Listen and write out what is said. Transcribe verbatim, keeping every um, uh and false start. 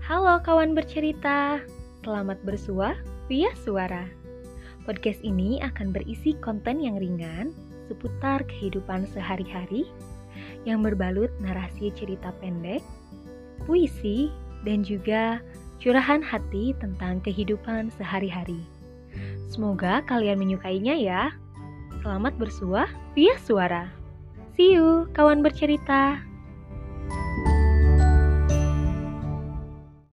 Halo kawan bercerita, selamat bersua via suara. Podcast ini akan berisi konten yang ringan seputar kehidupan sehari-hari yang berbalut narasi cerita pendek, puisi, dan juga curahan hati tentang kehidupan sehari-hari. Semoga kalian menyukainya ya. Selamat bersua via suara. See you kawan bercerita.